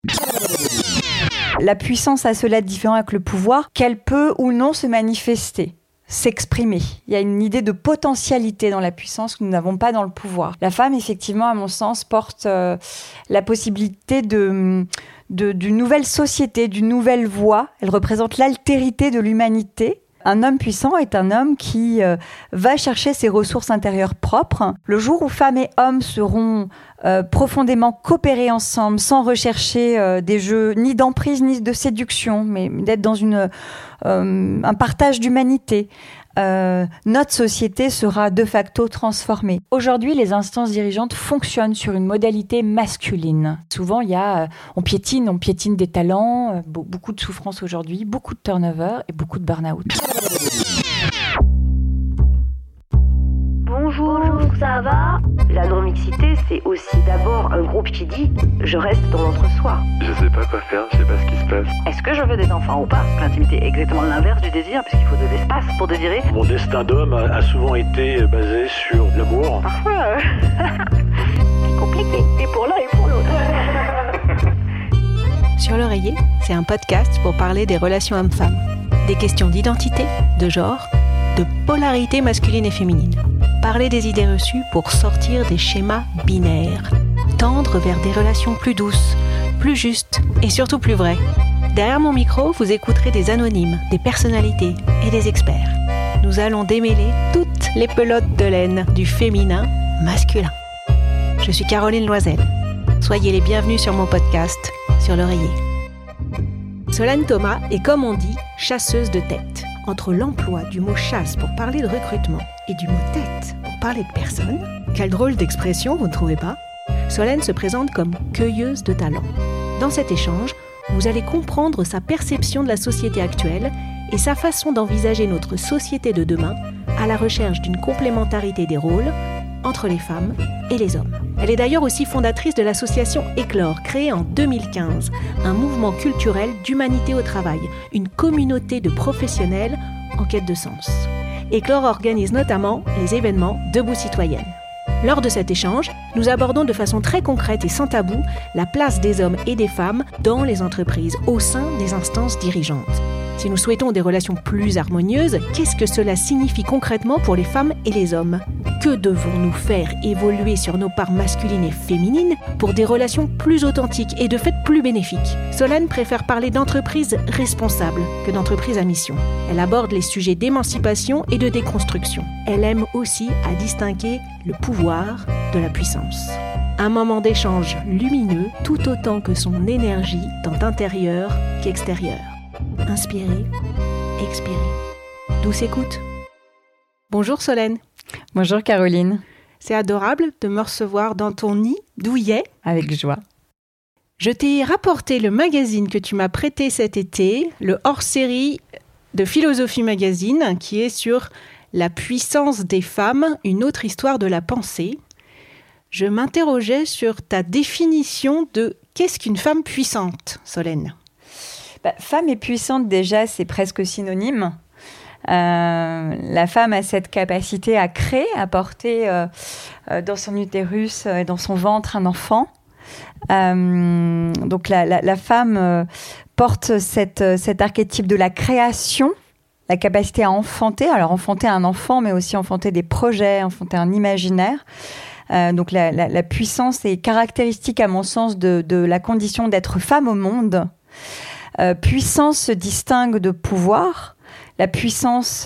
La puissance a cela de différent avec le pouvoir, qu'elle peut ou non se manifester, s'exprimer. Il y a une idée de potentialité dans la puissance que nous n'avons pas dans le pouvoir. La femme, effectivement, à mon sens, porte la possibilité d'une nouvelle société, d'une nouvelle voie. Elle représente l'altérité de l'humanité. Un homme puissant est un homme qui va chercher ses ressources intérieures propres. Le jour où femmes et hommes seront profondément coopérés ensemble, sans rechercher des jeux ni d'emprise ni de séduction, mais d'être dans un partage d'humanité, notre société sera de facto transformée. Aujourd'hui, les instances dirigeantes fonctionnent sur une modalité masculine. Souvent, on piétine des talents, beaucoup de souffrance aujourd'hui, beaucoup de turnover et beaucoup de burn-out. Bonjour, ça va ? La non-mixité, c'est aussi d'abord un groupe qui dit « je reste dans l'entre-soi ». Je sais pas quoi faire, je sais pas ce qui se passe. Est-ce que je veux des enfants ou pas ? L'intimité est exactement l'inverse du désir, puisqu'il faut de l'espace pour désirer. Mon destin d'homme a souvent été basé sur l'amour. Parfois, c'est compliqué, et pour l'un et pour l'autre. Sur l'oreiller, c'est un podcast pour parler des relations hommes-femmes, des questions d'identité, de genre, de polarité masculine et féminine. Parler des idées reçues pour sortir des schémas binaires. Tendre vers des relations plus douces, plus justes et surtout plus vraies. Derrière mon micro, vous écouterez des anonymes, des personnalités et des experts. Nous allons démêler toutes les pelotes de laine du féminin masculin. Je suis Caroline Loisel. Soyez les bienvenus sur mon podcast, Sur l'oreiller. Solène Thomas est, comme on dit, chasseuse de tête. Entre l'emploi du mot chasse pour parler de recrutement et du mot tête pour parler de personnes, quelle drôle d'expression, vous ne trouvez pas ? Solène se présente comme cueilleuse de talents. Dans cet échange, vous allez comprendre sa perception de la société actuelle et sa façon d'envisager notre société de demain à la recherche d'une complémentarité des rôles entre les femmes et les hommes. Elle est d'ailleurs aussi fondatrice de l'association Éclore, créée en 2015, un mouvement culturel d'humanité au travail, une communauté de professionnels en quête de sens. Éclore organise notamment les événements Debout Citoyenne. Lors de cet échange, nous abordons de façon très concrète et sans tabou la place des hommes et des femmes dans les entreprises, au sein des instances dirigeantes. Si nous souhaitons des relations plus harmonieuses, qu'est-ce que cela signifie concrètement pour les femmes et les hommes ? Que devons-nous faire évoluer sur nos parts masculines et féminines pour des relations plus authentiques et de fait plus bénéfiques ? Solène préfère parler d'entreprise responsable que d'entreprise à mission. Elle aborde les sujets d'émancipation et de déconstruction. Elle aime aussi à distinguer le pouvoir de la puissance. Un moment d'échange lumineux tout autant que son énergie tant intérieure qu'extérieure. Inspirez, expirez. Douce écoute. Bonjour Solène. Bonjour Caroline. C'est adorable de me recevoir dans ton nid douillet. Avec joie. Je t'ai rapporté le magazine que tu m'as prêté cet été, le hors-série de Philosophie Magazine, qui est sur la puissance des femmes, une autre histoire de la pensée. Je m'interrogeais sur ta définition de qu'est-ce qu'une femme puissante, Solène ? Femme et puissante, déjà, c'est presque synonyme. La femme a cette capacité à créer, à porter dans son utérus et dans son ventre un enfant. Donc la femme porte cet archétype de la création, la capacité à enfanter. Alors enfanter un enfant, mais aussi enfanter des projets, enfanter un imaginaire. Donc la puissance est caractéristique, à mon sens, de la condition d'être femme au monde. Puissance se distingue de pouvoir. La puissance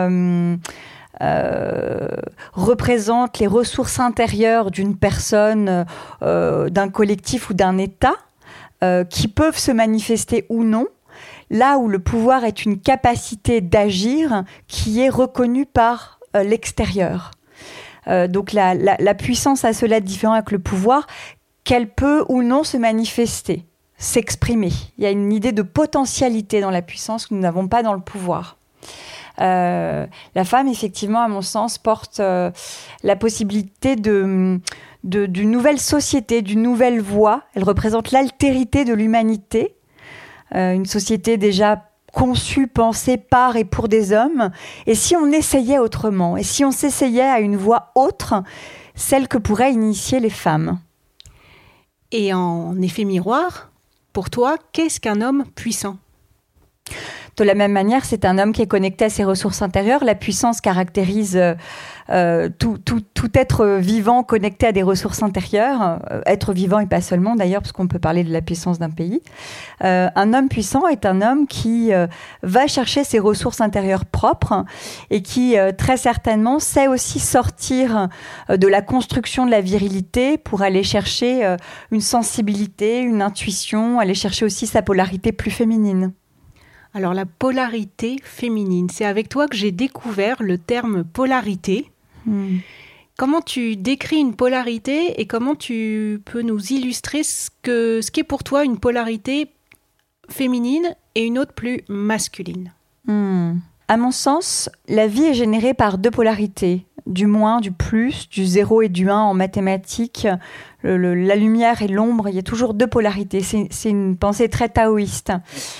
représente les ressources intérieures d'une personne, d'un collectif ou d'un État, qui peuvent se manifester ou non, là où le pouvoir est une capacité d'agir qui est reconnue par l'extérieur. Donc la puissance a cela de différent avec le pouvoir, qu'elle peut ou non se manifester, s'exprimer. Il y a une idée de potentialité dans la puissance que nous n'avons pas dans le pouvoir. La femme, effectivement, à mon sens, porte la possibilité d'une nouvelle société, d'une nouvelle voie. Elle représente l'altérité de l'humanité, une société déjà conçue, pensée par et pour des hommes. Et si on essayait autrement, et si on s'essayait à une voie autre, celle que pourraient initier les femmes. Et en effet miroir, Pour toi, qu'est-ce qu'un homme puissant ? De la même manière, c'est un homme qui est connecté à ses ressources intérieures. La puissance caractérise tout être vivant connecté à des ressources intérieures. Être vivant et pas seulement d'ailleurs, parce qu'on peut parler de la puissance d'un pays. Un homme puissant est un homme qui va chercher ses ressources intérieures propres et qui très certainement sait aussi sortir de la construction de la virilité pour aller chercher une sensibilité, une intuition, aller chercher aussi sa polarité plus féminine. Alors la polarité féminine, c'est avec toi que j'ai découvert le terme polarité. Comment tu décris une polarité et comment tu peux nous illustrer ce qu'est pour toi une polarité féminine et une autre plus masculine ? À mon sens, la vie est générée par deux polarités, du moins, du plus, du 0 et du 1 en mathématiques. La lumière et l'ombre, il y a toujours deux polarités. C'est une pensée très taoïste.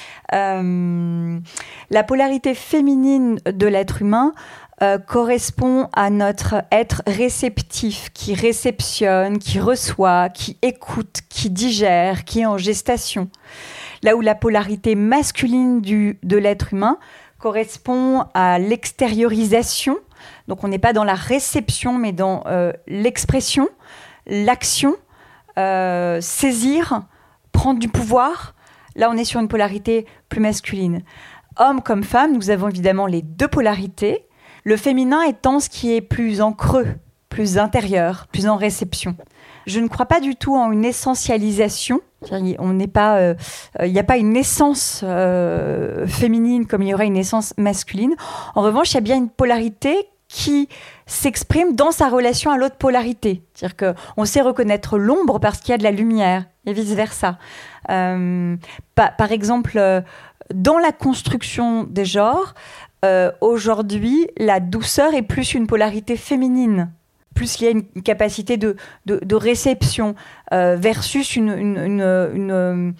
La polarité féminine de l'être humain correspond à notre être réceptif, qui réceptionne, qui reçoit, qui écoute, qui digère, qui est en gestation. Là où la polarité masculine de l'être humain correspond à l'extériorisation. Donc on n'est pas dans la réception, mais dans l'expression, l'action, saisir, prendre du pouvoir. Là, on est sur une polarité plus masculine. Homme comme femme, nous avons évidemment les deux polarités. Le féminin étant ce qui est plus en creux, plus intérieur, plus en réception. Je ne crois pas du tout en une essentialisation. On n'est pas, il n'y a pas une essence féminine comme il y aurait une essence masculine. En revanche, il y a bien une polarité qui s'exprime dans sa relation à l'autre polarité. C'est-à-dire qu'on sait reconnaître l'ombre parce qu'il y a de la lumière et vice-versa. Par exemple, dans la construction des genres, aujourd'hui, la douceur est plus une polarité féminine. Plus il y a une capacité de réception versus une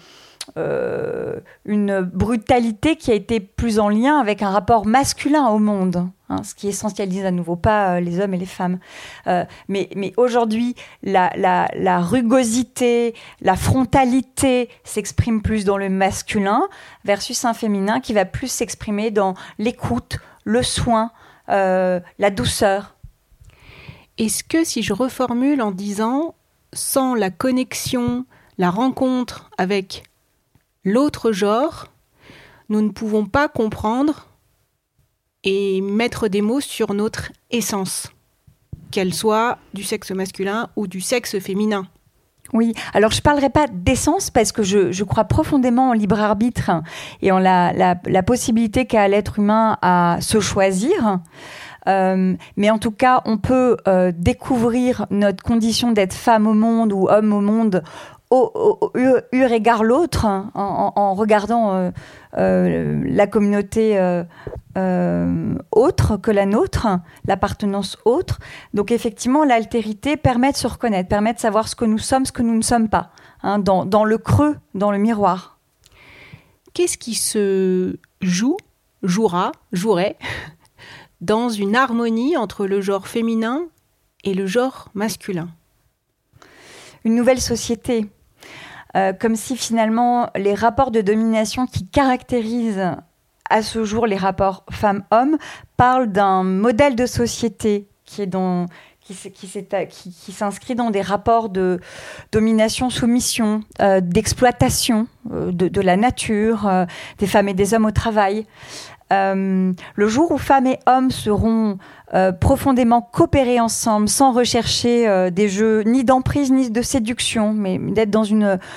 brutalité qui a été plus en lien avec un rapport masculin au monde, ce qui essentialise à nouveau pas les hommes et les femmes. Mais aujourd'hui, la rugosité, la frontalité s'exprime plus dans le masculin versus un féminin qui va plus s'exprimer dans l'écoute, le soin, la douceur. Est-ce que si je reformule en disant sans la connexion, la rencontre avec l'autre genre, nous ne pouvons pas comprendre et mettre des mots sur notre essence, qu'elle soit du sexe masculin ou du sexe féminin. Oui, alors je ne parlerai pas d'essence parce que je crois profondément en libre arbitre et en la possibilité qu'a l'être humain à se choisir. Mais en tout cas, on peut découvrir notre condition d'être femme au monde ou homme au monde eu égard l'autre, en regardant la communauté autre que la nôtre, l'appartenance autre. Donc effectivement, l'altérité permet de se reconnaître, permet de savoir ce que nous sommes, ce que nous ne sommes pas, dans le creux, dans le miroir. Qu'est-ce qui se jouerait dans une harmonie entre le genre féminin et le genre masculin ? Une nouvelle société. Comme si finalement les rapports de domination qui caractérisent à ce jour les rapports femmes-hommes parlent d'un modèle de société qui s'inscrit dans des rapports de domination-soumission, d'exploitation de la nature, des femmes et des hommes au travail. Le jour où femmes et hommes seront profondément coopérés ensemble, sans rechercher des jeux ni d'emprise ni de séduction, mais d'être dans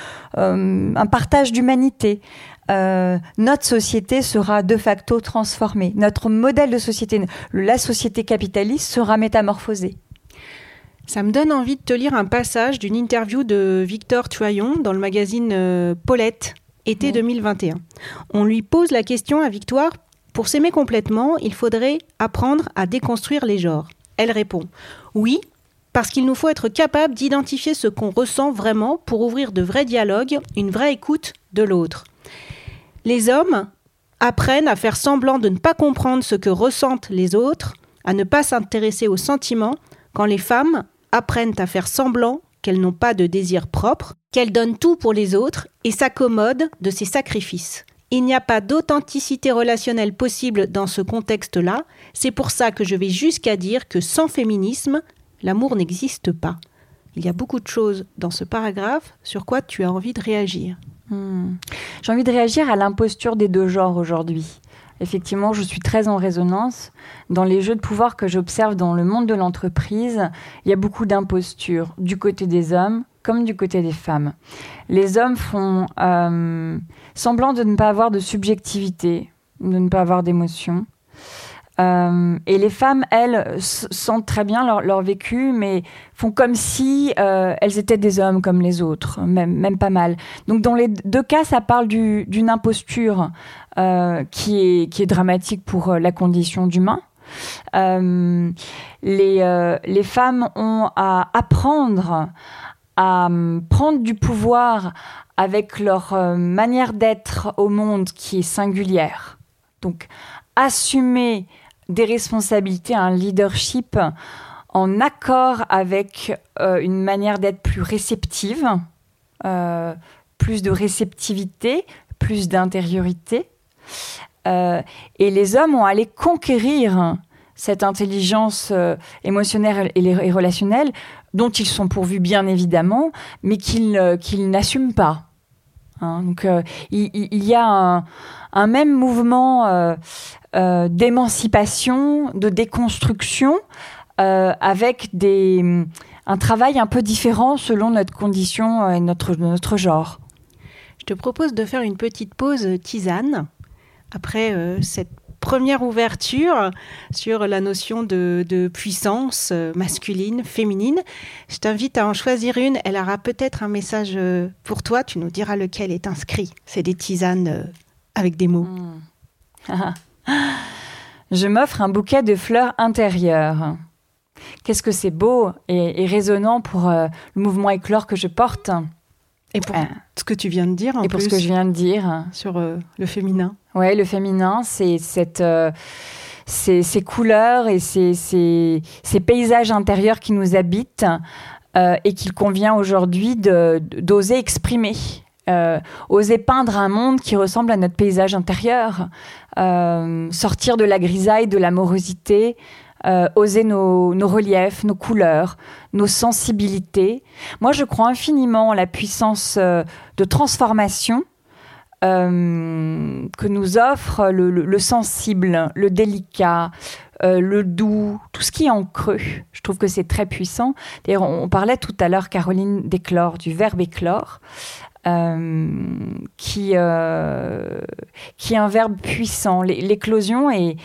un partage d'humanité, notre société sera de facto transformée. Notre modèle de société, la société capitaliste, sera métamorphosée. Ça me donne envie de te lire un passage d'une interview de Victor Tuaillon dans le magazine Paulette, été 2021. On lui pose la question à Victoire: pour s'aimer complètement, il faudrait apprendre à déconstruire les genres. Elle répond: oui, parce qu'il nous faut être capable d'identifier ce qu'on ressent vraiment pour ouvrir de vrais dialogues, une vraie écoute de l'autre. Les hommes apprennent à faire semblant de ne pas comprendre ce que ressentent les autres, à ne pas s'intéresser aux sentiments, quand les femmes apprennent à faire semblant qu'elles n'ont pas de désir propre, qu'elles donnent tout pour les autres et s'accommodent de ces sacrifices. Il n'y a pas d'authenticité relationnelle possible dans ce contexte-là. C'est pour ça que je vais jusqu'à dire que sans féminisme, l'amour n'existe pas. Il y a beaucoup de choses dans ce paragraphe sur quoi tu as envie de réagir. J'ai envie de réagir à l'imposture des deux genres aujourd'hui. Effectivement, je suis très en résonance. Dans les jeux de pouvoir que j'observe dans le monde de l'entreprise, il y a beaucoup d'impostures du côté des hommes comme du côté des femmes. Les hommes font semblant de ne pas avoir de subjectivité, de ne pas avoir d'émotion. Et les femmes, elles, sentent très bien leur vécu, mais font comme si elles étaient des hommes comme les autres, même pas mal. Donc dans les deux cas, ça parle d'une imposture qui est dramatique pour la condition d'humain. Les femmes ont à apprendre à prendre du pouvoir avec leur manière d'être au monde qui est singulière. Donc assumer des responsabilités, un leadership en accord avec une manière d'être plus réceptive, plus de réceptivité, plus d'intériorité. Et les hommes ont à aller conquérir cette intelligence émotionnelle et relationnelle dont ils sont pourvus bien évidemment, mais qu'ils n'assument pas. Donc il y a un même mouvement d'émancipation, de déconstruction, avec un travail un peu différent selon notre condition et notre genre. Je te propose de faire une petite pause tisane après cette première ouverture sur la notion de puissance masculine, féminine. Je t'invite à en choisir une. Elle aura peut-être un message pour toi. Tu nous diras lequel est inscrit. C'est des tisanes avec des mots. Je m'offre un bouquet de fleurs intérieures. Qu'est-ce que c'est beau et résonnant pour le mouvement Éclore que je porte. Et pour ce que tu viens de dire, pour ce que je viens de dire. Sur le féminin. Oui, le féminin, c'est ces couleurs et ces paysages intérieurs qui nous habitent et qu'il convient aujourd'hui d'oser exprimer. Oser peindre un monde qui ressemble à notre paysage intérieur. Sortir de la grisaille, de la morosité. Oser nos reliefs, nos couleurs, nos sensibilités. Moi, je crois infiniment en la puissance de transformation que nous offre le sensible, le délicat, le doux, tout ce qui est en creux. Je trouve que c'est très puissant. D'ailleurs, on parlait tout à l'heure, Caroline, d'éclore, du verbe éclore, qui est un verbe puissant. L'éclosion est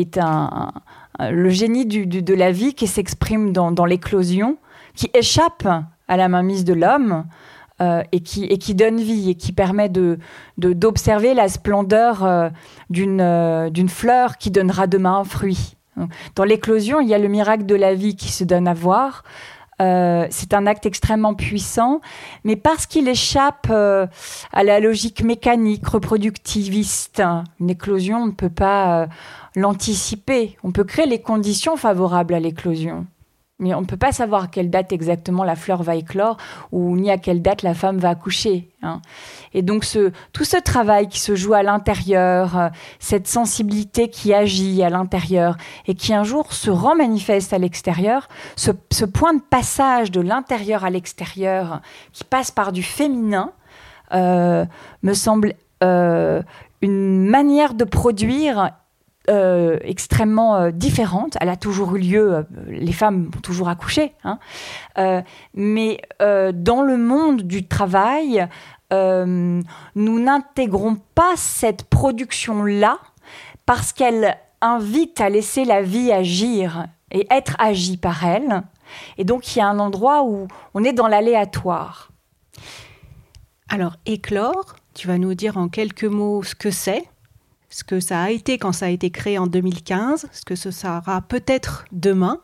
le génie de la vie qui s'exprime dans l'éclosion, qui échappe à la mainmise de l'homme et qui donne vie et qui permet d'observer la splendeur d'une fleur qui donnera demain un fruit. Dans l'éclosion, il y a le miracle de la vie qui se donne à voir. C'est un acte extrêmement puissant, mais parce qu'il échappe à la logique mécanique, reproductiviste, une éclosion, on ne peut pas l'anticiper. On peut créer les conditions favorables à l'éclosion, mais on ne peut pas savoir à quelle date exactement la fleur va éclore ou ni à quelle date la femme va accoucher. Et donc tout ce travail qui se joue à l'intérieur, cette sensibilité qui agit à l'intérieur et qui un jour se rend manifeste à l'extérieur, ce point de passage de l'intérieur à l'extérieur qui passe par du féminin, me semble une manière de produire extrêmement différente. Elle a toujours eu lieu, les femmes ont toujours accouché, mais dans le monde du travail, nous n'intégrons pas cette production-là parce qu'elle invite à laisser la vie agir et être agie par elle. Et donc, il y a un endroit où on est dans l'aléatoire. Alors, éclore, tu vas nous dire en quelques mots ce que c'est, ce que ça a été quand ça a été créé en 2015, ce que ça sera peut-être demain.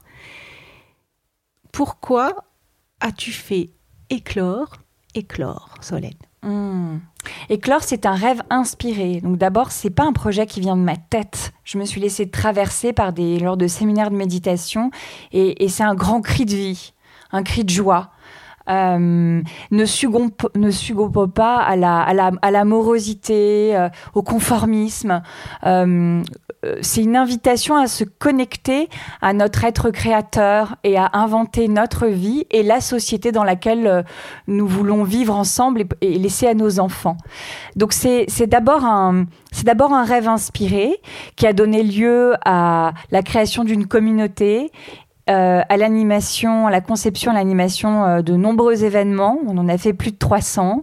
Pourquoi as-tu fait éclore, Solène ? Éclore, c'est un rêve inspiré. Donc d'abord, c'est pas un projet qui vient de ma tête. Je me suis laissée traverser lors de séminaires de méditation et c'est un grand cri de vie, un cri de joie. ne succombe pas à la morosité, au conformisme. C'est une invitation à se connecter à notre être créateur et à inventer notre vie et la société dans laquelle nous voulons vivre ensemble et laisser à nos enfants. Donc c'est d'abord un rêve inspiré qui a donné lieu à la création d'une communauté, à l'animation, à la conception, à l'animation de nombreux événements. On en a fait plus de 300.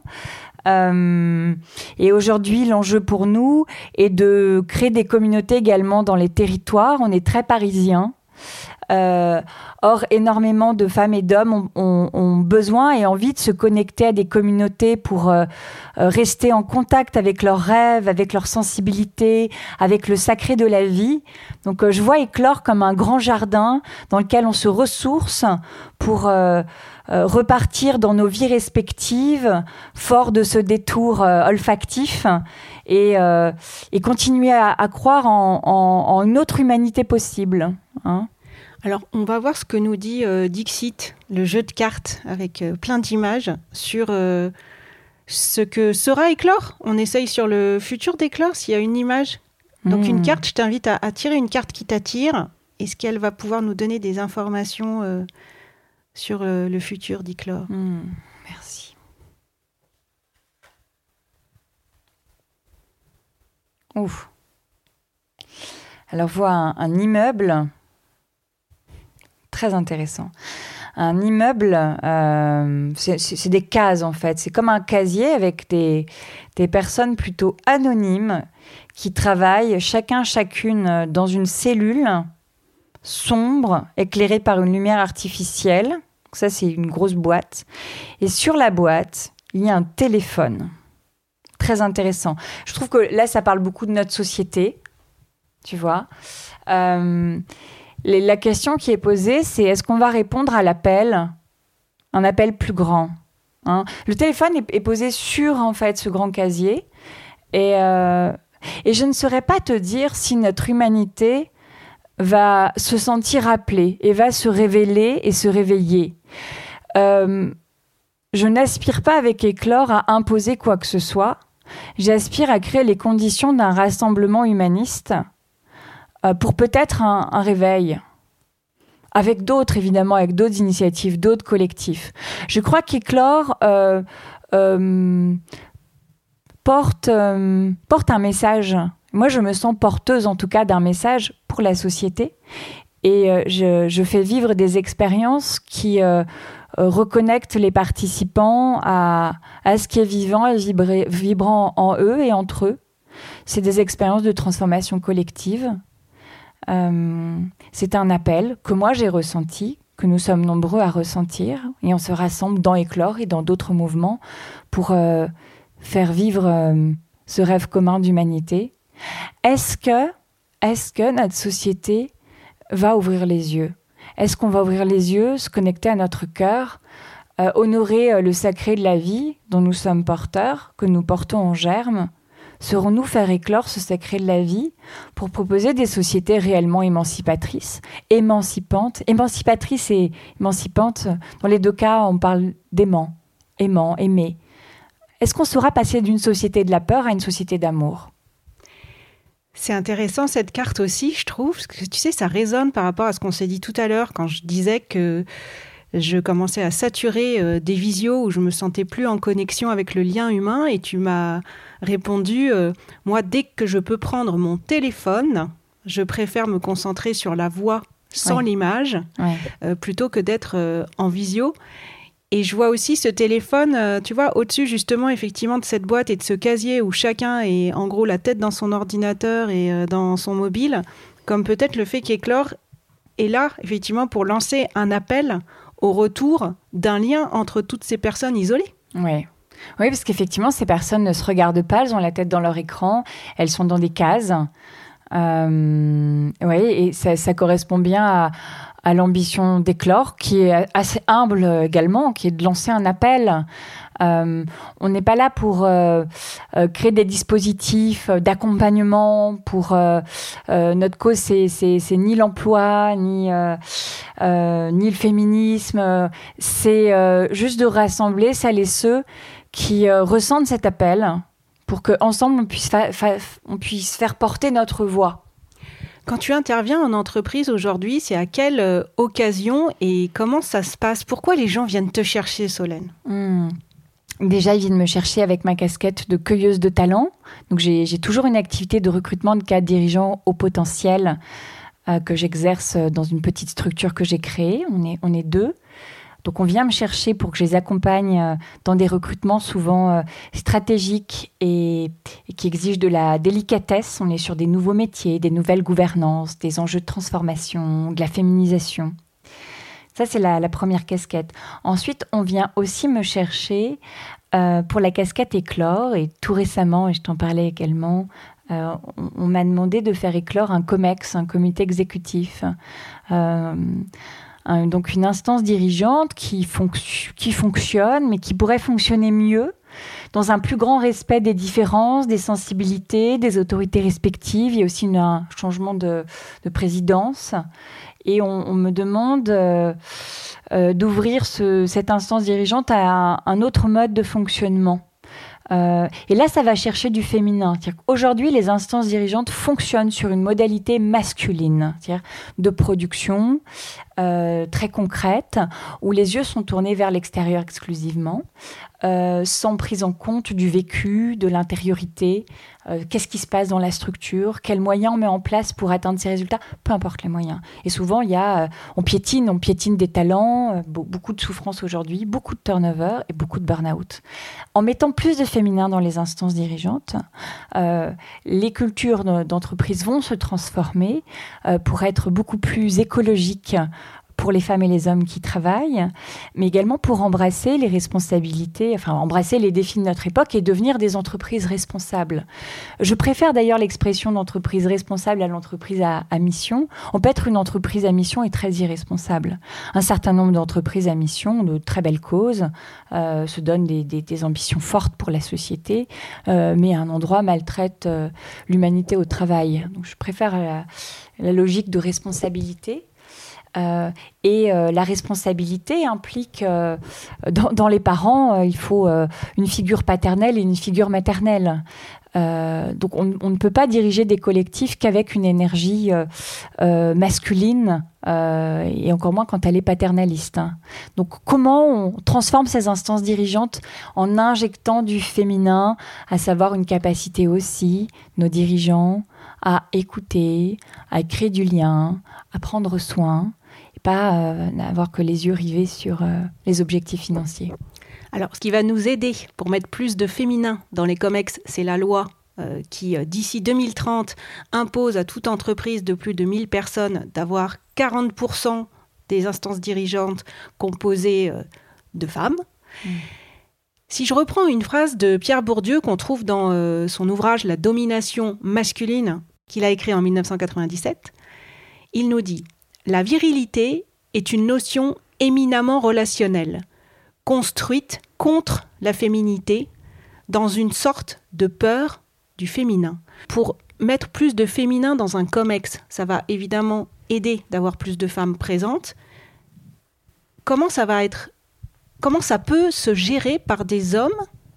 Et aujourd'hui, l'enjeu pour nous est de créer des communautés également dans les territoires. On est très parisiens. Or, énormément de femmes et d'hommes ont besoin et envie de se connecter à des communautés pour rester en contact avec leurs rêves, avec leur sensibilité, avec le sacré de la vie. Donc, je vois éclore comme un grand jardin dans lequel on se ressource pour repartir dans nos vies respectives, fort de ce détour olfactif et continuer à croire en une autre humanité possible. Hein. Alors, on va voir ce que nous dit Dixit, le jeu de cartes, avec plein d'images sur ce que sera éclore. On essaye sur le futur d'éclore, s'il y a une image. Donc, une carte, je t'invite à tirer une carte qui t'attire. Est-ce qu'elle va pouvoir nous donner des informations sur le futur d'éclore? Merci. Ouf. Alors, je vois un immeuble... Très intéressant. Un immeuble, c'est des cases en fait. C'est comme un casier avec des personnes plutôt anonymes qui travaillent chacune dans une cellule sombre, éclairée par une lumière artificielle. Donc ça, c'est une grosse boîte. Et sur la boîte, il y a un téléphone. Très intéressant. Je trouve que là, ça parle beaucoup de notre société. Tu vois la question qui est posée, c'est est-ce qu'on va répondre à l'appel, un appel plus grand, hein? Le téléphone est posé sur en fait ce grand casier et je ne saurais pas te dire si notre humanité va se sentir appelée et va se révéler et se réveiller. Je n'aspire pas avec éclore à imposer quoi que ce soit. J'aspire à créer les conditions d'un rassemblement humaniste pour peut-être un réveil, avec d'autres, évidemment, avec d'autres initiatives, d'autres collectifs. Je crois qu'Éclore porte un message. Moi, je me sens porteuse, en tout cas, d'un message pour la société. Et je fais vivre des expériences qui reconnectent les participants à ce qui est vivant et vibrant en eux et entre eux. C'est des expériences de transformation collective. C'est un appel que moi j'ai ressenti, que nous sommes nombreux à ressentir, et on se rassemble dans Éclore et dans d'autres mouvements pour faire vivre ce rêve commun d'humanité. Est-ce que notre société va ouvrir les yeux? Est-ce qu'on va ouvrir les yeux, se connecter à notre cœur, honorer le sacré de la vie dont nous sommes porteurs, que nous portons en germe? Saurons-nous faire éclore ce sacré de la vie pour proposer des sociétés réellement émancipatrices, émancipatrices et émancipantes? Dans les deux cas, on parle d'aimant, aimant, aimer. Est-ce qu'on saura passer d'une société de la peur à une société d'amour? C'est intéressant cette carte aussi, je trouve, parce que tu sais, ça résonne par rapport à ce qu'on s'est dit tout à l'heure quand je disais que je commençais à saturer des visios où je me sentais plus en connexion avec le lien humain, et tu m'as répondu moi, dès que je peux prendre mon téléphone, je préfère me concentrer sur la voix sans l'image, plutôt que d'être en visio. Et je vois aussi ce téléphone, tu vois, au-dessus justement effectivement de cette boîte et de ce casier où chacun est en gros la tête dans son ordinateur et dans son mobile, comme peut-être le fait qu'Éclore est là effectivement pour lancer un appel au retour d'un lien entre toutes ces personnes isolées. Oui, parce qu'effectivement, ces personnes ne se regardent pas, elles ont la tête dans leur écran, elles sont dans des cases. Et ça correspond bien à l'ambition d'éclore, qui est assez humble également, qui est de lancer un appel. On n'est pas là pour créer des dispositifs d'accompagnement. Pour notre cause, c'est ni l'emploi, ni le féminisme. C'est juste de rassembler celles et ceux qui ressentent cet appel pour qu'ensemble on puisse faire porter notre voix. Quand tu interviens en entreprise aujourd'hui, c'est à quelle occasion et comment ça se passe ? Pourquoi les gens viennent te chercher, Solène ? Déjà, ils viennent me chercher avec ma casquette de cueilleuse de talents. Donc, j'ai toujours une activité de recrutement de cadres dirigeants au potentiel que j'exerce dans une petite structure que j'ai créée. On est 2. Donc, on vient me chercher pour que je les accompagne dans des recrutements souvent stratégiques et qui exigent de la délicatesse. On est sur des nouveaux métiers, des nouvelles gouvernances, des enjeux de transformation, de la féminisation. Ça, c'est la première casquette. Ensuite, on vient aussi me chercher pour la casquette éclore. Et tout récemment, et je t'en parlais également, on m'a demandé de faire éclore un COMEX, un comité exécutif. Donc une instance dirigeante qui fonctionne, mais qui pourrait fonctionner mieux, dans un plus grand respect des différences, des sensibilités, des autorités respectives. Il y a aussi un changement de présidence. Et on me demande d'ouvrir cette instance dirigeante à un autre mode de fonctionnement. Et là, ça va chercher du féminin. C'est-à-dire qu'aujourd'hui, les instances dirigeantes fonctionnent sur une modalité masculine, c'est-à-dire de production très concrète, où les yeux sont tournés vers l'extérieur exclusivement, sans prise en compte du vécu, de l'intériorité. Qu'est-ce qui se passe dans la structure, quels moyens on met en place pour atteindre ces résultats, peu importe les moyens. Et souvent, on piétine des talents, beaucoup de souffrance aujourd'hui, beaucoup de turnover et beaucoup de burn-out. En mettant plus de féminin dans les instances dirigeantes, les cultures d'entreprise vont se transformer pour être beaucoup plus écologiques pour les femmes et les hommes qui travaillent, mais également pour embrasser les responsabilités, embrasser les défis de notre époque et devenir des entreprises responsables. Je préfère d'ailleurs l'expression d'entreprise responsable à l'entreprise à mission. On peut être une entreprise à mission et très irresponsable. Un certain nombre d'entreprises à mission, de très belles causes, se donnent des ambitions fortes pour la société, mais à un endroit maltraite l'humanité au travail. Donc je préfère la logique de responsabilité. La responsabilité implique dans les parents, il faut une figure paternelle et une figure maternelle. Donc on ne peut pas diriger des collectifs qu'avec une énergie masculine et encore moins quand elle est paternaliste. Donc comment on transforme ces instances dirigeantes en injectant du féminin, à savoir une capacité aussi, nos dirigeants, à écouter, à créer du lien, à prendre soin, pas n'avoir que les yeux rivés sur les objectifs financiers. Alors, ce qui va nous aider pour mettre plus de féminin dans les COMEX, c'est la loi qui, d'ici 2030, impose à toute entreprise de plus de 1000 personnes d'avoir 40% des instances dirigeantes composées de femmes. Si je reprends une phrase de Pierre Bourdieu qu'on trouve dans son ouvrage « La domination masculine » qu'il a écrit en 1997, il nous dit « La virilité est une notion éminemment relationnelle, construite contre la féminité dans une sorte de peur du féminin. » Pour mettre plus de féminin dans un COMEX, ça va évidemment aider d'avoir plus de femmes présentes. Comment ça peut se gérer par des hommes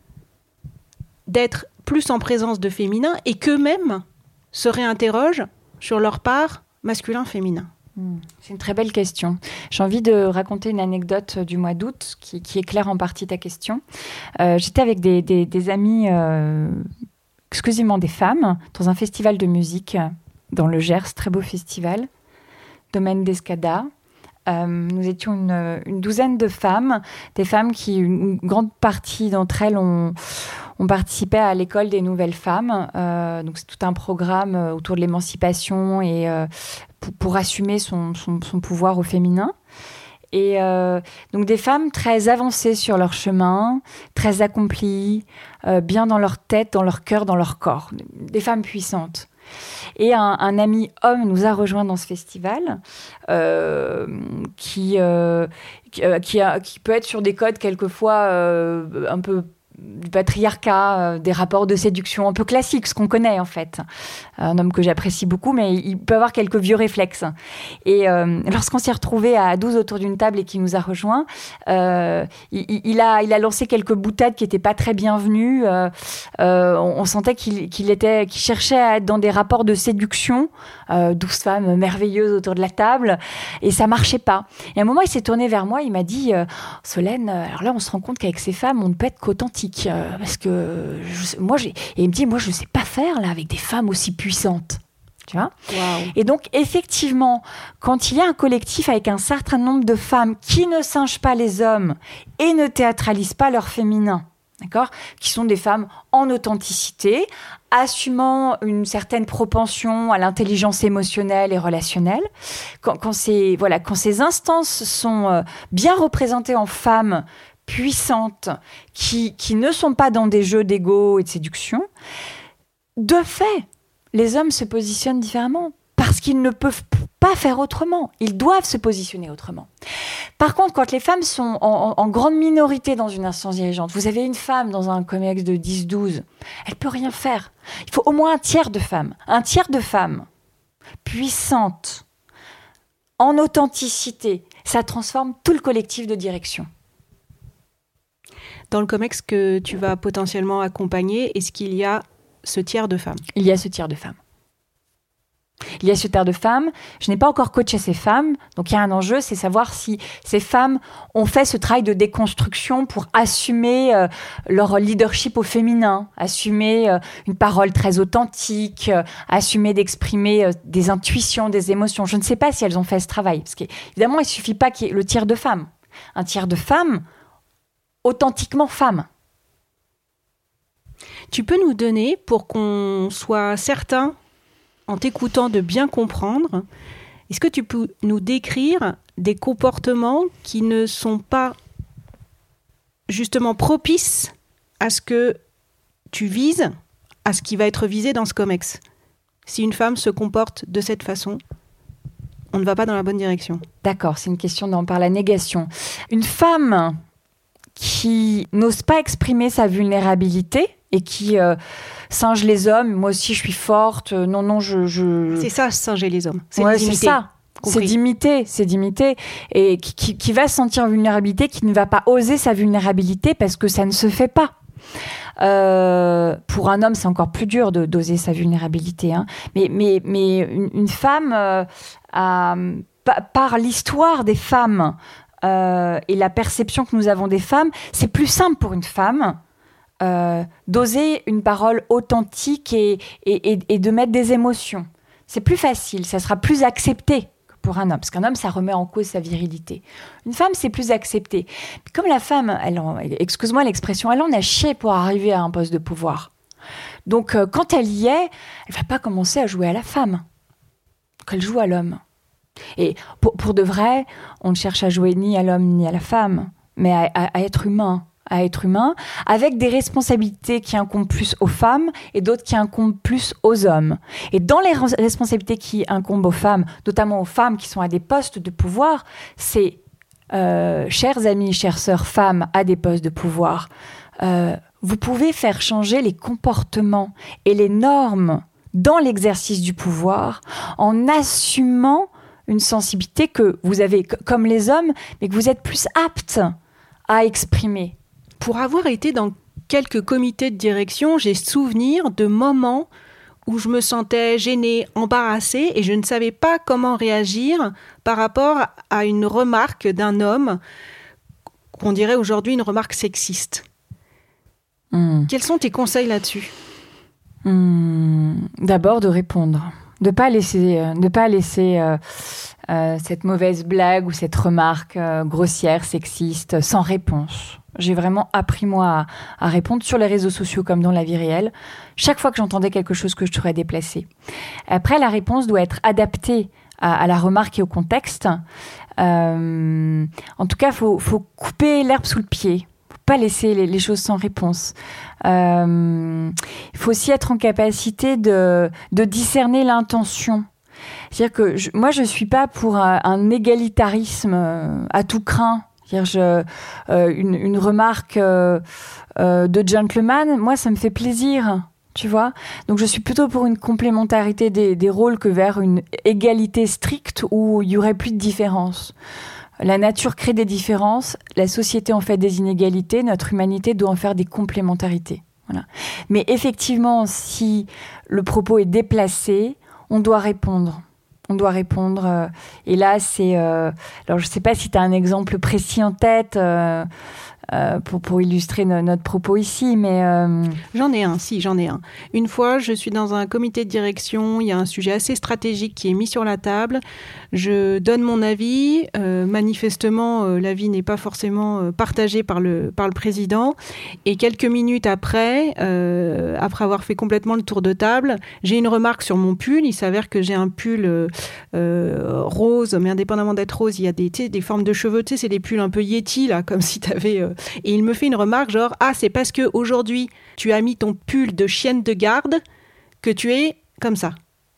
d'être plus en présence de féminin et qu'eux-mêmes se réinterrogent sur leur part masculin-féminin? C'est une très belle question. J'ai envie de raconter une anecdote du mois d'août qui éclaire en partie ta question. J'étais avec des amis, exclusivement des femmes, dans un festival de musique dans le Gers, très beau festival, domaine d'Escada. Nous étions une douzaine de femmes, des femmes qui, une grande partie d'entre elles ont participé à l'école des nouvelles femmes. Donc c'est tout un programme autour de l'émancipation et pour assumer son pouvoir au féminin. Et donc des femmes très avancées sur leur chemin, très accomplies, bien dans leur tête, dans leur cœur, dans leur corps. Des femmes puissantes. Et un ami homme nous a rejoint dans ce festival qui peut être sur des codes quelquefois un peu du patriarcat, des rapports de séduction un peu classiques, ce qu'on connaît en fait. Un homme que j'apprécie beaucoup, mais il peut avoir quelques vieux réflexes. Et lorsqu'on s'est retrouvés à 12 autour d'une table et qu'il nous a rejoints, il a lancé quelques boutades qui n'étaient pas très bienvenues. On sentait qu'il cherchait à être dans des rapports de séduction, 12 femmes merveilleuses autour de la table, et ça marchait pas. Et à un moment, il s'est tourné vers moi, il m'a dit « Solène, alors là, on se rend compte qu'avec ces femmes, on ne peut être qu'authentique. Parce que et il me dit, moi, je ne sais pas faire là avec des femmes aussi puissantes. » Tu vois ? Wow. Et donc, effectivement, quand il y a un collectif avec un certain nombre de femmes qui ne singent pas les hommes et ne théâtralisent pas leur féminin, d'accord ? Qui sont des femmes en authenticité, assumant une certaine propension à l'intelligence émotionnelle et relationnelle, quand ces instances sont bien représentées en femmes puissantes, qui ne sont pas dans des jeux d'ego et de séduction, de fait, les hommes se positionnent différemment parce qu'ils ne peuvent pas faire autrement. Ils doivent se positionner autrement. Par contre, quand les femmes sont en grande minorité dans une instance dirigeante, vous avez une femme dans un comex de 10-12, elle ne peut rien faire. Il faut au moins un tiers de femmes puissantes, en authenticité. Ça transforme tout le collectif de direction. Dans le COMEX que tu vas potentiellement accompagner, est-ce qu'il y a ce tiers de femmes ? Il y a ce tiers de femmes. Je n'ai pas encore coaché ces femmes, donc il y a un enjeu, c'est savoir si ces femmes ont fait ce travail de déconstruction pour assumer leur leadership au féminin, assumer une parole très authentique, assumer d'exprimer des intuitions, des émotions. Je ne sais pas si elles ont fait ce travail, parce qu'évidemment, il ne suffit pas qu'il y ait le tiers de femmes. Un tiers de femmes, authentiquement femmes. Tu peux nous donner, pour qu'on soit certain, en t'écoutant, de bien comprendre, est-ce que tu peux nous décrire des comportements qui ne sont pas justement propices à ce que tu vises, à ce qui va être visé dans ce COMEX ? Si une femme se comporte de cette façon, on ne va pas dans la bonne direction. D'accord, c'est une question par la négation. Une femme qui n'ose pas exprimer sa vulnérabilité et qui singe les hommes, moi aussi je suis forte, C'est ça, singer les hommes. C'est ça. C'est d'imiter. Et qui va sentir vulnérabilité, qui ne va pas oser sa vulnérabilité parce que ça ne se fait pas. Pour un homme, c'est encore plus dur d'oser sa vulnérabilité. Hein. Mais une femme, par l'histoire des femmes et la perception que nous avons des femmes, c'est plus simple pour une femme d'oser une parole authentique et de mettre des émotions. C'est plus facile, ça sera plus accepté que pour un homme, parce qu'un homme, ça remet en cause sa virilité. Une femme, c'est plus accepté. Comme la femme, excuse-moi l'expression, elle en a chié pour arriver à un poste de pouvoir. Donc, quand elle y est, elle ne va pas commencer à jouer à la femme, qu'elle joue à l'homme. Et pour de vrai, on ne cherche à jouer ni à l'homme ni à la femme, mais à être humain. Avec des responsabilités qui incombent plus aux femmes et d'autres qui incombent plus aux hommes. Et dans les responsabilités qui incombent aux femmes, notamment aux femmes qui sont à des postes de pouvoir, c'est, chers amis, chères sœurs femmes à des postes de pouvoir, vous pouvez faire changer les comportements et les normes dans l'exercice du pouvoir en assumant une sensibilité que vous avez comme les hommes, mais que vous êtes plus aptes à exprimer. Pour avoir été dans quelques comités de direction, j'ai souvenir de moments où je me sentais gênée, embarrassée, et je ne savais pas comment réagir par rapport à une remarque d'un homme, qu'on dirait aujourd'hui une remarque sexiste. Quels sont tes conseils là-dessus ? D'abord de répondre, de pas laisser cette mauvaise blague ou cette remarque grossière, sexiste, sans réponse. J'ai vraiment appris, moi, à répondre sur les réseaux sociaux comme dans la vie réelle, chaque fois que j'entendais quelque chose que je trouvais déplacé. Après, la réponse doit être adaptée à la remarque et au contexte. En tout cas, faut couper l'herbe sous le pied. Faut pas laisser les choses sans réponse. Il faut aussi être en capacité de discerner l'intention. C'est-à-dire que moi, je suis pas pour un égalitarisme à tout crin. C'est-à-dire une remarque de gentleman, moi, ça me fait plaisir. Tu vois ? Donc, je suis plutôt pour une complémentarité des rôles que vers une égalité stricte où il y aurait plus de différence. La nature crée des différences, la société en fait des inégalités, notre humanité doit en faire des complémentarités. Voilà. Mais effectivement, si le propos est déplacé, on doit répondre. Et là, c'est... alors, je ne sais pas si tu as un exemple précis en tête pour illustrer notre propos ici, mais... J'en ai un. Une fois, je suis dans un comité de direction, il y a un sujet assez stratégique qui est mis sur la table. Je donne mon avis. Manifestement, l'avis n'est pas forcément partagé par le président. Et quelques minutes après avoir fait complètement le tour de table, j'ai une remarque sur mon pull. Il s'avère que j'ai un pull rose, mais indépendamment d'être rose, il y a des formes de cheveux. Tu sais, c'est des pulls un peu Yeti, là, comme si tu avais... Et il me fait une remarque genre « Ah, c'est parce qu'aujourd'hui, tu as mis ton pull de chienne de garde que tu es comme ça. »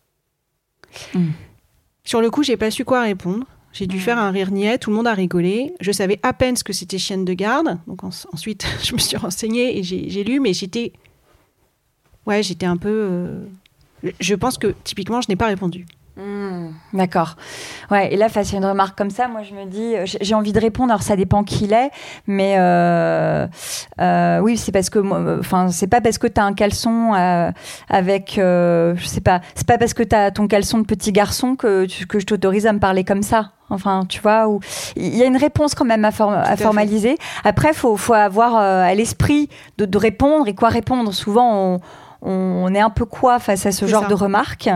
Sur le coup, j'ai pas su quoi répondre. J'ai dû faire un rire niais, tout le monde a rigolé. Je savais à peine ce que c'était chienne de garde. Donc ensuite, je me suis renseignée et j'ai lu, mais j'étais un peu... Je pense que, typiquement, je n'ai pas répondu. D'accord. Ouais, et là, face à une remarque comme ça, moi, je me dis, j'ai envie de répondre. Alors, ça dépend qui il est, mais oui, c'est parce que, c'est pas parce que t'as un caleçon avec, je sais pas, c'est pas parce que t'as ton caleçon de petit garçon que je t'autorise à me parler comme ça. Enfin, tu vois, il y a une réponse quand même à formaliser. Après, faut avoir à l'esprit de répondre et quoi répondre. Souvent, on est un peu quoi face à ce genre de remarques.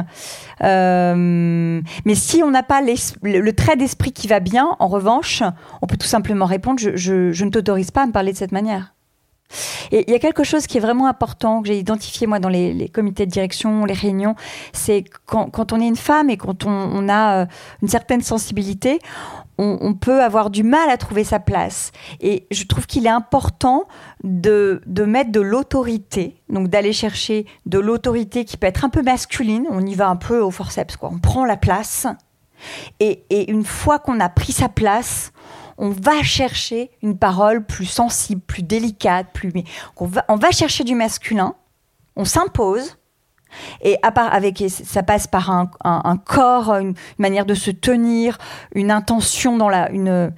Mais si on n'a pas le trait d'esprit qui va bien, en revanche, on peut tout simplement répondre je ne t'autorise pas à me parler de cette manière. Et il y a quelque chose qui est vraiment important que j'ai identifié moi dans les comités de direction, les réunions, c'est quand on est une femme et quand on a une certaine sensibilité, on peut avoir du mal à trouver sa place. Et je trouve qu'il est important de mettre de l'autorité, donc d'aller chercher de l'autorité qui peut être un peu masculine, on y va un peu au forceps, quoi. On prend la place et une fois qu'on a pris sa place, on va chercher une parole plus sensible, plus délicate, on va chercher du masculin, on s'impose, et ça passe par un corps, une manière de se tenir, une intention une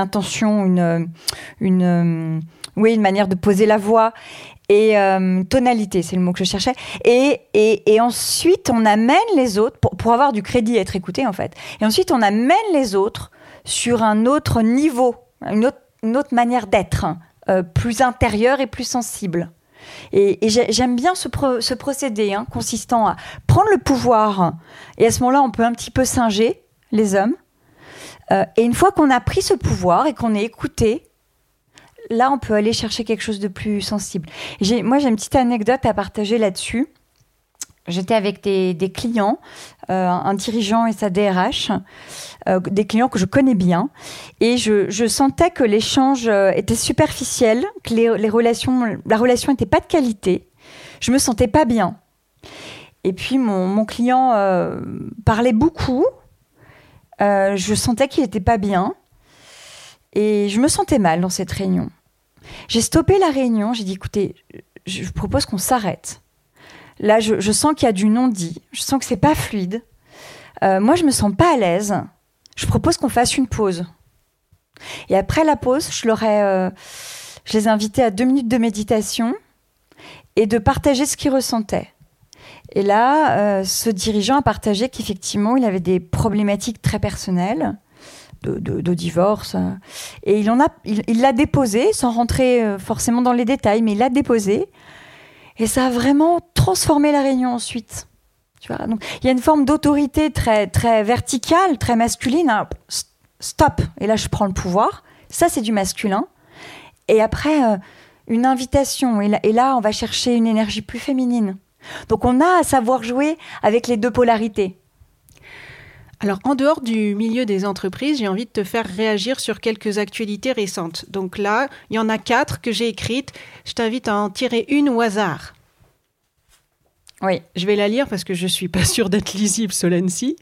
manière de poser la voix, et tonalité, c'est le mot que je cherchais. Et ensuite, on amène les autres, pour avoir du crédit, être écouté en fait, et ensuite on amène les autres sur un autre niveau, une autre manière d'être, plus intérieure et plus sensible. Et j'aime bien ce procédé consistant à prendre le pouvoir, et à ce moment-là, on peut un petit peu singer les hommes. Et une fois qu'on a pris ce pouvoir et qu'on est écouté, là, on peut aller chercher quelque chose de plus sensible. Moi, j'ai une petite anecdote à partager là-dessus. J'étais avec des clients, un dirigeant et sa DRH, des clients que je connais bien, et je sentais que l'échange était superficiel, que la relation n'était pas de qualité. Je me sentais pas bien. Et puis mon client parlait beaucoup. Je sentais qu'il n'était pas bien, et je me sentais mal dans cette réunion. J'ai stoppé la réunion. J'ai dit écoutez, je propose qu'on s'arrête. Là, je sens qu'il y a du non-dit. Je sens que c'est pas fluide. Moi, je me sens pas à l'aise. Je propose qu'on fasse une pause. Et après la pause, je les ai invités à 2 minutes de méditation et de partager ce qu'ils ressentaient. Et là, ce dirigeant a partagé qu'effectivement, il avait des problématiques très personnelles de divorce. Et il l'a déposé, sans rentrer forcément dans les détails, mais il l'a déposé. Et ça a vraiment transformé la réunion ensuite. Tu vois, donc, il y a une forme d'autorité très, très verticale, très masculine. Alors, stop. Et là, je prends le pouvoir. Ça, c'est du masculin. Et après, une invitation. Et là, on va chercher une énergie plus féminine. Donc, on a à savoir jouer avec les deux polarités. Alors, en dehors du milieu des entreprises, j'ai envie de te faire réagir sur quelques actualités récentes. Donc là, il y en a 4 que j'ai écrites. Je t'invite à en tirer une au hasard. Oui. Je vais la lire parce que je ne suis pas sûre d'être lisible, Solency.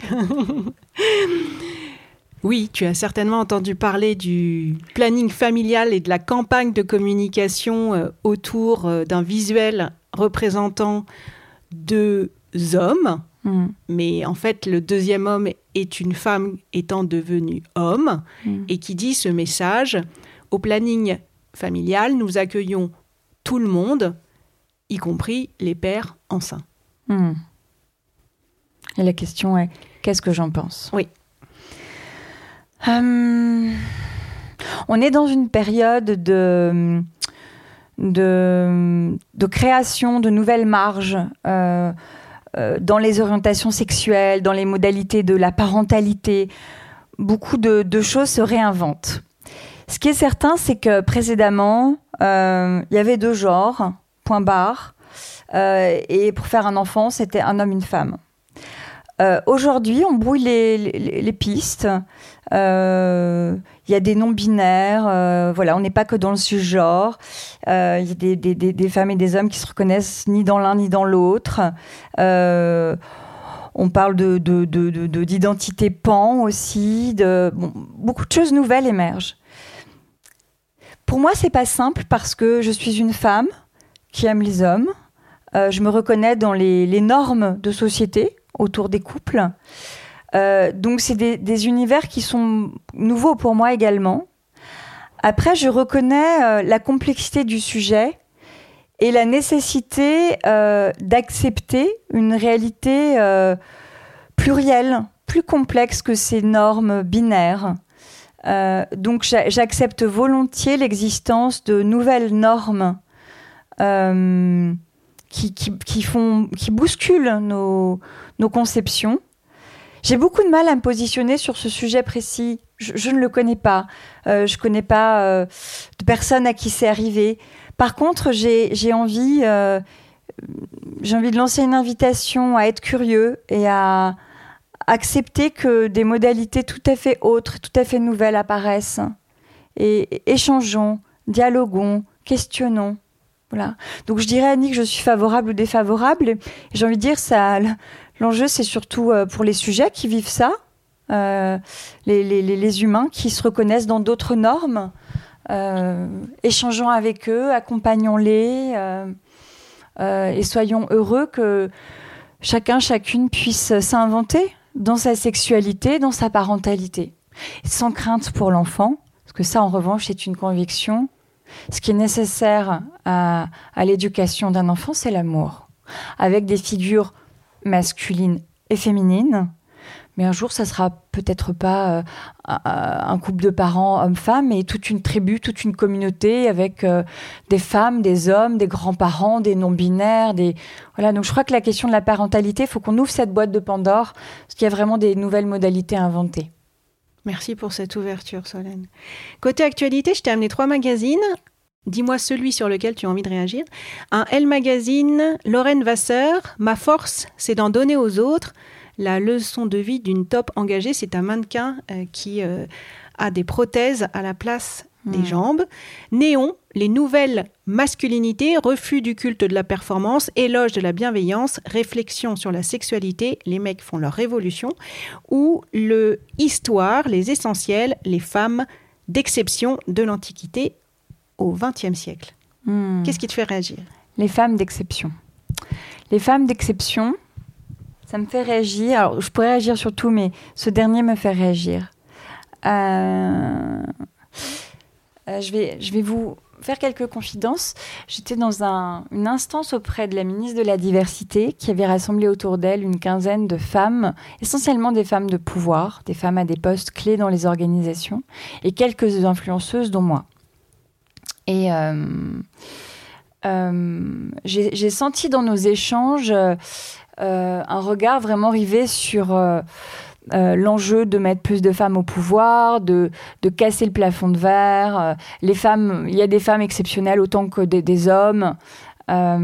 Oui, tu as certainement entendu parler du planning familial et de la campagne de communication autour d'un visuel représentant 2 hommes. Mais en fait, le deuxième homme est une femme étant devenue homme et qui dit ce message: au planning familial, nous accueillons tout le monde, y compris les pères enceints. Et la question est, qu'est-ce que j'en pense ? Oui. On est dans une période de création de nouvelles marges dans les orientations sexuelles, dans les modalités de la parentalité. Beaucoup de choses se réinventent. Ce qui est certain, c'est que précédemment, il y avait 2 genres, point barre, et pour faire un enfant, c'était un homme, une femme. Aujourd'hui, on brouille les pistes. Il y a des non-binaires. Voilà, on n'est pas que dans le cisgenre. Il y a des femmes et des hommes qui se reconnaissent ni dans l'un ni dans l'autre. On parle d'identité pan aussi. Beaucoup de choses nouvelles émergent. Pour moi, c'est pas simple parce que je suis une femme qui aime les hommes. Je me reconnais dans les normes de société autour des couples. Donc, c'est des univers qui sont nouveaux pour moi également. Après, je reconnais la complexité du sujet et la nécessité d'accepter une réalité plurielle, plus complexe que ces normes binaires. Donc, j'accepte volontiers l'existence de nouvelles normes qui bousculent nos conceptions. J'ai beaucoup de mal à me positionner sur ce sujet précis. Je ne le connais pas. Je ne connais pas de personnes à qui c'est arrivé. Par contre, j'ai envie de lancer une invitation à être curieux et à accepter que des modalités tout à fait autres, tout à fait nouvelles apparaissent. Et échangeons, dialoguons, questionnons. Voilà. Donc je dirais, Annie, que je suis favorable ou défavorable. Et j'ai envie de dire, l'enjeu, c'est surtout pour les sujets qui vivent ça, les humains qui se reconnaissent dans d'autres normes. Échangeons avec eux, accompagnons-les et soyons heureux que chacune puisse s'inventer dans sa sexualité, dans sa parentalité. Sans crainte pour l'enfant, parce que ça, en revanche, c'est une conviction. Ce qui est nécessaire à l'éducation d'un enfant, c'est l'amour, avec des figures masculines et féminines. Mais un jour, ça sera peut-être pas un couple de parents hommes-femmes, mais toute une tribu, toute une communauté avec des femmes, des hommes, des grands-parents, des non-binaires. Voilà. Donc je crois que la question de la parentalité, il faut qu'on ouvre cette boîte de Pandore, parce qu'il y a vraiment des nouvelles modalités à inventer. Merci pour cette ouverture, Solène. Côté actualité, je t'ai amené 3 magazines. Dis-moi celui sur lequel tu as envie de réagir. Un Elle Magazine, Lorraine Vasseur, Ma force, c'est d'en donner aux autres. La leçon de vie d'une top engagée, c'est un mannequin qui a des prothèses à la place des jambes. Néon, les nouvelles masculinités, refus du culte de la performance, éloge de la bienveillance, réflexion sur la sexualité, les mecs font leur révolution. Ou le Histoire, les essentiels, les femmes d'exception de l'Antiquité au XXe siècle. Qu'est-ce qui te fait réagir ? Les femmes d'exception. Les femmes d'exception, ça me fait réagir. Alors, je pourrais réagir sur tout, mais ce dernier me fait réagir. Je vais vous faire quelques confidences. J'étais dans une instance auprès de la ministre de la Diversité qui avait rassemblé autour d'elle une quinzaine de femmes, essentiellement des femmes de pouvoir, des femmes à des postes clés dans les organisations et quelques influenceuses, dont moi. Et j'ai senti dans nos échanges un regard vraiment rivé sur l'enjeu de mettre plus de femmes au pouvoir, de casser le plafond de verre. Les femmes, il y a des femmes exceptionnelles autant que des hommes.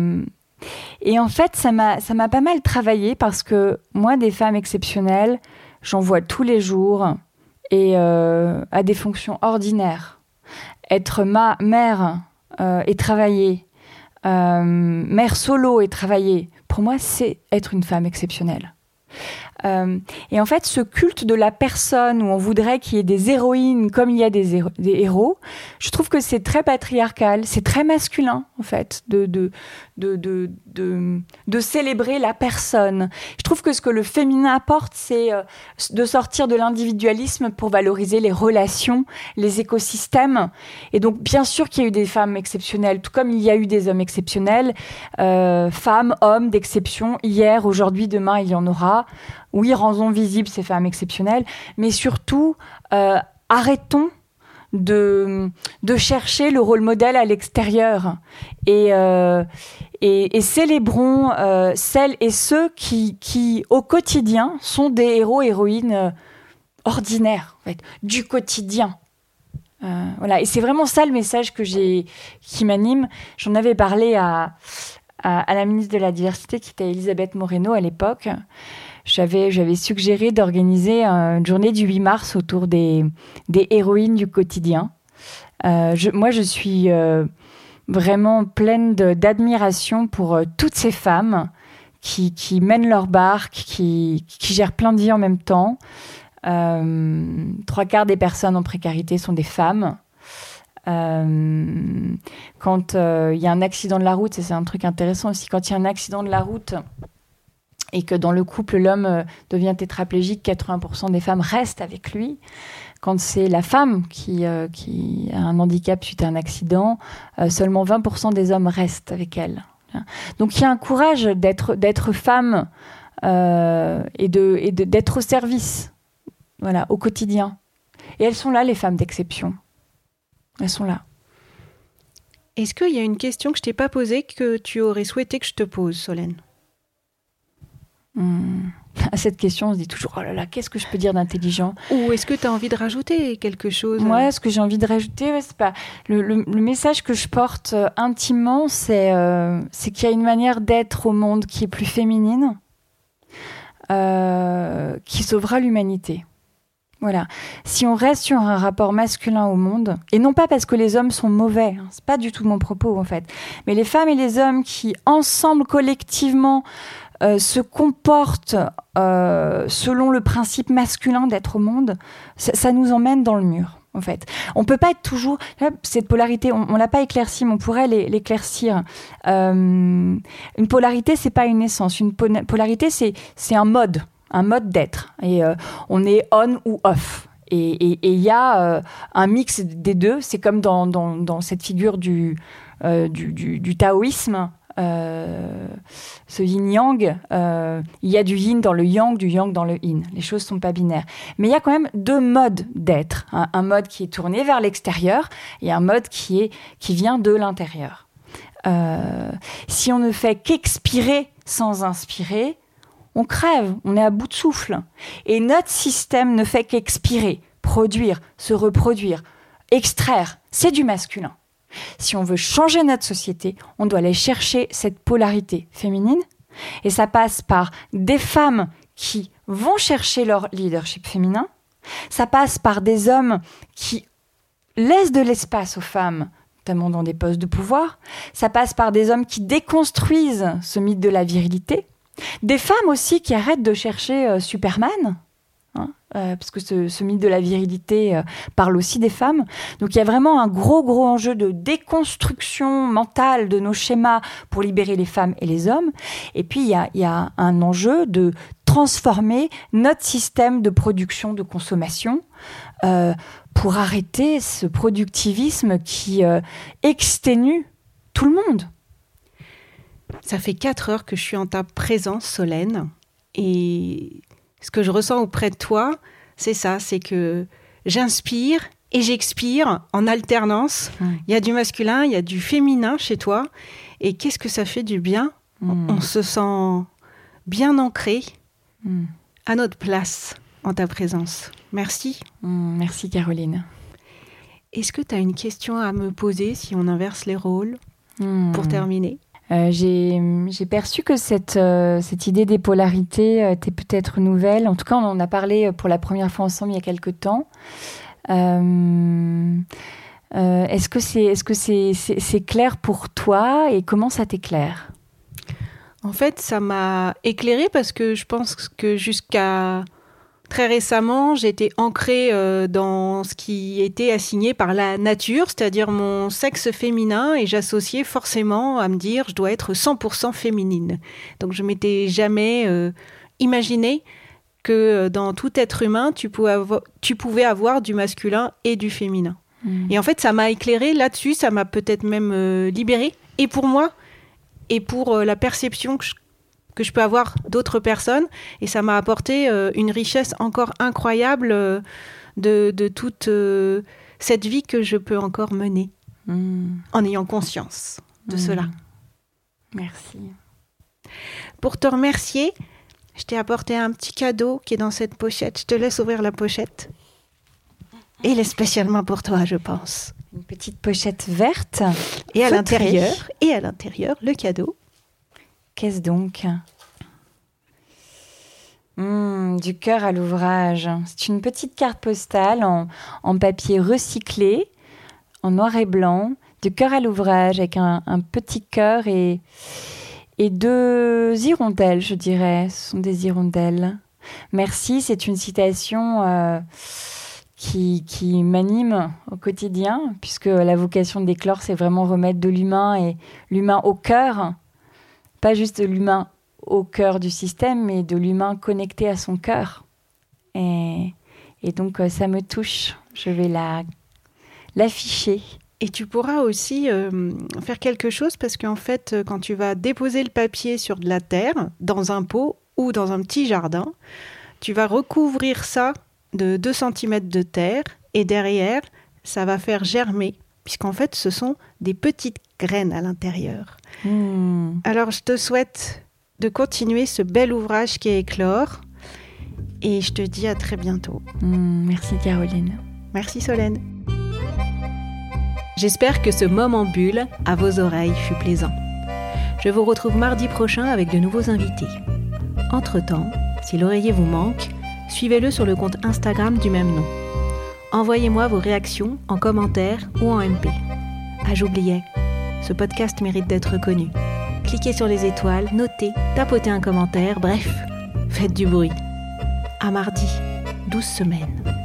Et en fait, ça m'a pas mal travaillé parce que moi, des femmes exceptionnelles, j'en vois tous les jours, et à des fonctions ordinaires. Être mère et travailler, mère solo et travailler, pour moi, c'est être une femme exceptionnelle. Et en fait, ce culte de la personne où on voudrait qu'il y ait des héroïnes comme il y a des héros, je trouve que c'est très patriarcal, c'est très masculin en fait, de célébrer la personne. Je trouve que ce que le féminin apporte, c'est de sortir de l'individualisme pour valoriser les relations, les écosystèmes. Et donc, bien sûr qu'il y a eu des femmes exceptionnelles, tout comme il y a eu des hommes exceptionnels, femmes, hommes d'exception, hier, aujourd'hui, demain, il y en aura. Oui, rendons visibles ces femmes exceptionnelles, mais surtout, arrêtons de chercher le rôle modèle à l'extérieur et célébrons celles et ceux qui, au quotidien, sont des héros, héroïnes ordinaires, en fait, du quotidien. Voilà. Et c'est vraiment ça le message qui m'anime. J'en avais parlé à la ministre de la Diversité, qui était Elisabeth Moreno à l'époque. J'avais suggéré d'organiser une journée du 8 mars autour des héroïnes du quotidien. Moi, je suis vraiment pleine d'admiration pour toutes ces femmes qui mènent leur barque, qui gèrent plein de vies en même temps. 3/4 des personnes en précarité sont des femmes. Quand il y a un accident de la route, c'est un truc intéressant aussi, quand il y a un accident de la route et que dans le couple, l'homme devient tétraplégique, 80% des femmes restent avec lui. Quand c'est la femme qui a un handicap suite à un accident, seulement 20% des hommes restent avec elle. Donc il y a un courage d'être femme et d'être au service, voilà, au quotidien. Et elles sont là, les femmes d'exception. Elles sont là. Est-ce qu'il y a une question que je ne t'ai pas posée que tu aurais souhaité que je te pose, Solène ? À cette question, on se dit toujours « Oh là là, qu'est-ce que je peux dire d'intelligent ?» Ou est-ce que tu as envie de rajouter quelque chose ? Moi, ce que j'ai envie de rajouter, c'est pas... Le message que je porte intimement, c'est qu'il y a une manière d'être au monde qui est plus féminine, qui sauvera l'humanité. Voilà. Si on reste sur un rapport masculin au monde, et non pas parce que les hommes sont mauvais, hein, c'est pas du tout mon propos en fait, mais les femmes et les hommes qui, ensemble, collectivement, se comportent selon le principe masculin d'être au monde, ça nous emmène dans le mur. En fait, on peut pas être toujours cette polarité. On l'a pas éclaircie, mais on pourrait l'éclaircir. Une polarité, c'est pas une essence. Une polarité, c'est un mode d'être. Et on est on ou off. Et il y a un mix des deux. C'est comme dans cette figure du taoïsme. Ce yin-yang, il y a du yin dans le yang, du yang dans le yin. Les choses sont pas binaires. Mais il y a quand même deux modes d'être. Un mode qui est tourné vers l'extérieur et un mode qui vient de l'intérieur. Si on ne fait qu'expirer sans inspirer, on crève, on est à bout de souffle. Et notre système ne fait qu'expirer, produire, se reproduire, extraire. C'est du masculin. Si on veut changer notre société, on doit aller chercher cette polarité féminine. Et ça passe par des femmes qui vont chercher leur leadership féminin. Ça passe par des hommes qui laissent de l'espace aux femmes, notamment dans des postes de pouvoir. Ça passe par des hommes qui déconstruisent ce mythe de la virilité. Des femmes aussi qui arrêtent de chercher Superman. Parce que ce mythe de la virilité parle aussi des femmes. Donc il y a vraiment un gros enjeu de déconstruction mentale de nos schémas pour libérer les femmes et les hommes. Et puis il y a un enjeu de transformer notre système de production, de consommation pour arrêter ce productivisme qui exténue tout le monde. Ça fait 4 heures que je suis en ta présence, Solène, et ce que je ressens auprès de toi, c'est ça, c'est que j'inspire et j'expire en alternance. Il y a du masculin, il y a du féminin chez toi. Et qu'est-ce que ça fait du bien ? On se sent bien ancré à notre place en ta présence. Merci. Merci Caroline. Est-ce que tu as une question à me poser si on inverse les rôles pour terminer ? J'ai perçu que cette idée des polarités était peut-être nouvelle. En tout cas, on en a parlé pour la première fois ensemble il y a quelque temps. Est-ce que c'est clair pour toi et comment ça t'éclaire ? En fait, ça m'a éclairée parce que je pense que jusqu'à très récemment, j'étais ancrée dans ce qui était assigné par la nature, c'est-à-dire mon sexe féminin, et j'associais forcément à me dire je dois être 100% féminine. Donc je m'étais jamais imaginé que dans tout être humain, tu pouvais avoir du masculin et du féminin. Et en fait, ça m'a éclairée là-dessus, ça m'a peut-être même libérée, et pour moi, et pour la perception que je peux avoir d'autres personnes. Et ça m'a apporté une richesse encore incroyable de toute cette vie que je peux encore mener en ayant conscience de cela. Merci. Pour te remercier, je t'ai apporté un petit cadeau qui est dans cette pochette. Je te laisse ouvrir la pochette. Et il est spécialement pour toi, je pense. Une petite pochette verte. Et à l'intérieur, le cadeau. Qu'est-ce donc ? Du cœur à l'ouvrage. C'est une petite carte postale en papier recyclé, en noir et blanc, du cœur à l'ouvrage, avec un petit cœur et 2 hirondelles, je dirais. Ce sont des hirondelles. Merci, c'est une citation qui m'anime au quotidien, puisque la vocation d'Éclore, c'est vraiment remettre de l'humain et l'humain au cœur. Pas juste de l'humain au cœur du système, mais de l'humain connecté à son cœur. Et donc, ça me touche. Je vais l'afficher. Et tu pourras aussi faire quelque chose, parce qu'en fait, quand tu vas déposer le papier sur de la terre, dans un pot ou dans un petit jardin, tu vas recouvrir ça de 2 cm de terre, et derrière, ça va faire germer, puisqu'en fait, ce sont des petites graines à l'intérieur. Alors, je te souhaite de continuer ce bel ouvrage qui est Éclore, et je te dis à très bientôt. Merci Caroline. Merci Solène. J'espère que ce moment bulle à vos oreilles fut plaisant. Je vous retrouve mardi prochain avec de nouveaux invités. Entre-temps, si l'oreiller vous manque, suivez-le sur le compte Instagram du même nom. Envoyez-moi vos réactions en commentaire ou en MP. Ah, j'oubliais, ce podcast mérite d'être connu. Cliquez sur les étoiles, notez, tapotez un commentaire, bref, faites du bruit. À mardi, 12 semaines.